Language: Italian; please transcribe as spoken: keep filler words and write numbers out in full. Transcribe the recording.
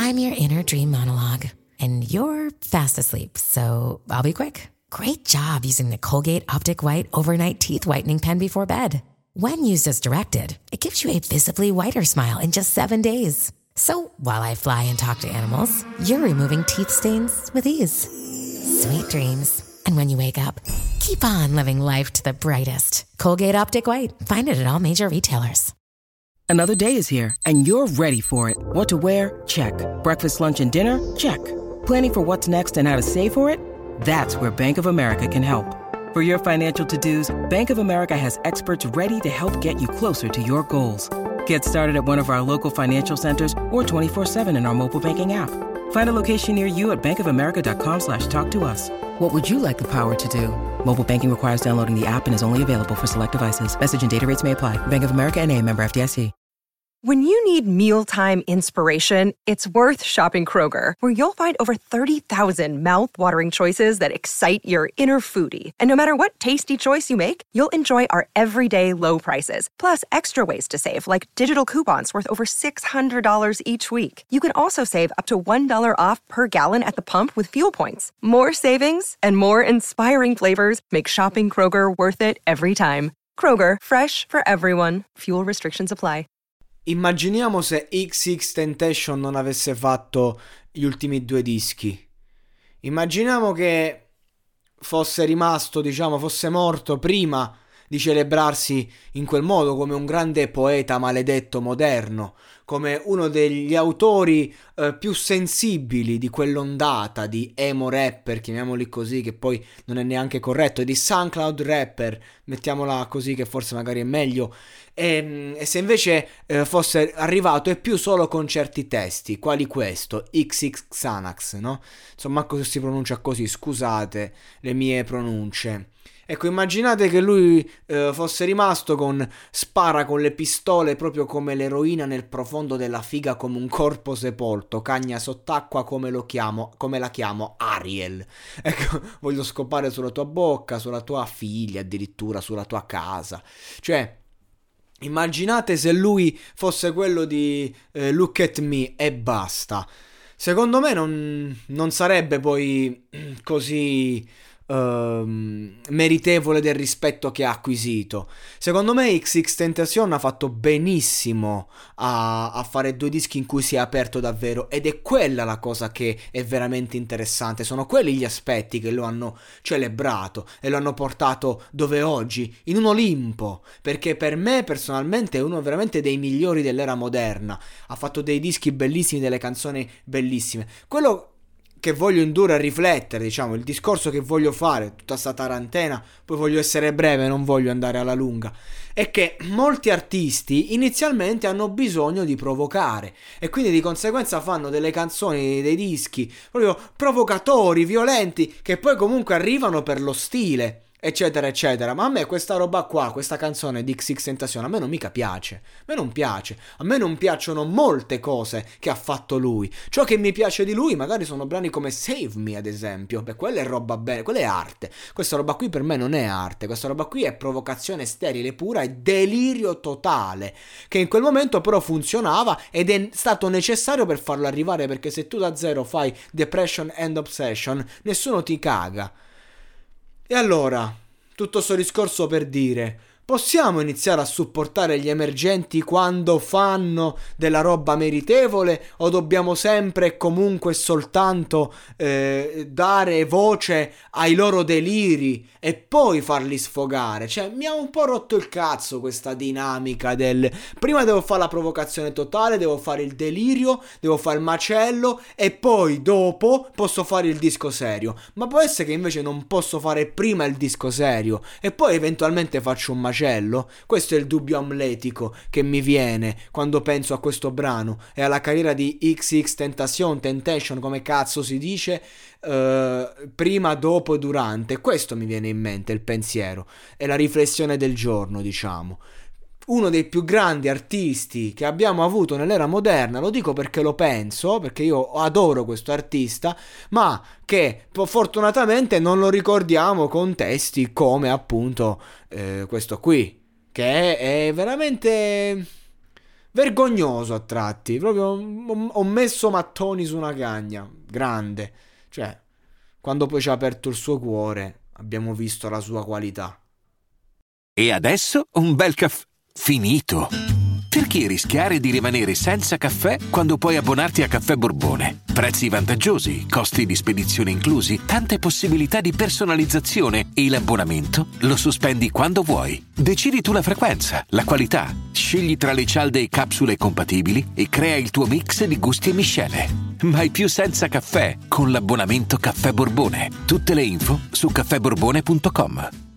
I'm your inner dream monologue, and you're fast asleep, so I'll be quick. Great job using the Colgate Optic White Overnight Teeth Whitening Pen before bed. When used as directed, it gives you a visibly whiter smile in just seven days. So while I fly and talk to animals, you're removing teeth stains with ease. Sweet dreams. And when you wake up, keep on living life to the brightest. Colgate Optic White. Find it at all major retailers. Another day is here, and you're ready for it. What to wear? Check. Breakfast, lunch, and dinner? Check. Planning for what's next and how to save for it? That's where Bank of America can help. For your financial to-dos, Bank of America has experts ready to help get you closer to your goals. Get started at one of our local financial centers or twenty-four seven in our mobile banking app. Find a location near you at bankofamerica.com slash talk to us. What would you like the power to do? Mobile banking requires downloading the app and is only available for select devices. Message and data rates may apply. Bank of America N A, member F D I C. When you need mealtime inspiration, it's worth shopping Kroger, where you'll find over thirty thousand mouth-watering choices that excite your inner foodie. And no matter what tasty choice you make, you'll enjoy our everyday low prices, plus extra ways to save, like digital coupons worth over six hundred dollars each week. You can also save up to one dollar off per gallon at the pump with fuel points. More savings and more inspiring flavors make shopping Kroger worth it every time. Kroger, fresh for everyone. Fuel restrictions apply. Immaginiamo se X X-Temptation non avesse fatto gli ultimi due dischi. Immaginiamo che fosse rimasto, diciamo, fosse morto prima di celebrarsi in quel modo come un grande poeta maledetto moderno, come uno degli autori eh, più sensibili di quell'ondata di emo rapper, chiamiamoli così, che poi non è neanche corretto, di SoundCloud rapper, mettiamola così che forse magari è meglio, e, e se invece eh, fosse arrivato e più solo con certi testi, quali questo, X X Xanax, no? Insomma, cosa si pronuncia così, scusate le mie pronunce. Ecco, immaginate che lui eh, fosse rimasto con spara con le pistole proprio come l'eroina nel profondo della figa, come un corpo sepolto, cagna sott'acqua come lo chiamo, come la chiamo, Ariel. Ecco, voglio scopare sulla tua bocca, sulla tua figlia, addirittura sulla tua casa. Cioè, immaginate se lui fosse quello di eh, Look at Me e basta. Secondo me non, non sarebbe poi così Uh, meritevole del rispetto che ha acquisito. Secondo me X X-Tentacion ha fatto benissimo a, a fare due dischi in cui si è aperto davvero, ed è quella la cosa che è veramente interessante. Sono quelli gli aspetti che lo hanno celebrato e lo hanno portato dove è oggi, in un Olimpo, perché per me personalmente è uno veramente dei migliori dell'era moderna. Ha fatto dei dischi bellissimi, delle canzoni bellissime. Quello che voglio indurre a riflettere, diciamo, il discorso che voglio fare, tutta sta tarantena, poi voglio essere breve, non voglio andare alla lunga, è che molti artisti inizialmente hanno bisogno di provocare e quindi di conseguenza fanno delle canzoni, dei dischi proprio provocatori, violenti, che poi comunque arrivano per lo stile, eccetera eccetera. Ma a me questa roba qua, questa canzone di X X-Tentacion, a me non mica piace, a me non piace, a me non piacciono molte cose che ha fatto lui. Ciò che mi piace di lui magari sono brani come Save Me, ad esempio, beh, quella è roba bene, quella è arte. Questa roba qui per me non è arte, questa roba qui è provocazione sterile pura e delirio totale, che in quel momento però funzionava ed è stato necessario per farlo arrivare, perché se tu da zero fai Depression and Obsession nessuno ti caga. E allora, tutto sto discorso per dire, possiamo iniziare a supportare gli emergenti quando fanno della roba meritevole, o dobbiamo sempre e comunque soltanto eh, dare voce ai loro deliri e poi farli sfogare? Cioè, mi ha un po' rotto il cazzo questa dinamica del prima devo fare la provocazione totale, devo fare il delirio, devo fare il macello e poi dopo posso fare il disco serio. Ma può essere che invece non posso fare prima il disco serio e poi eventualmente faccio un macello? Questo è il dubbio amletico che mi viene quando penso a questo brano e alla carriera di X X-Tentacion, Temptation, come cazzo si dice, uh, prima, dopo e durante. Questo mi viene in mente, il pensiero e la riflessione del giorno, diciamo. Uno dei più grandi artisti che abbiamo avuto nell'era moderna, lo dico perché lo penso, perché io adoro questo artista, ma che fortunatamente non lo ricordiamo con testi come appunto eh, questo qui, che è, è veramente vergognoso a tratti, proprio ho messo mattoni su una cagna, grande, cioè quando poi ci ha aperto il suo cuore abbiamo visto la sua qualità. E adesso un bel caffè finito. Perché rischiare di rimanere senza caffè quando puoi abbonarti a Caffè Borbone? Prezzi vantaggiosi, costi di spedizione inclusi, tante possibilità di personalizzazione e l'abbonamento lo sospendi quando vuoi. Decidi tu la frequenza, la qualità, scegli tra le cialde e capsule compatibili e crea il tuo mix di gusti e miscele. Mai più senza caffè con l'abbonamento Caffè Borbone. Tutte le info su caffè borbone punto com.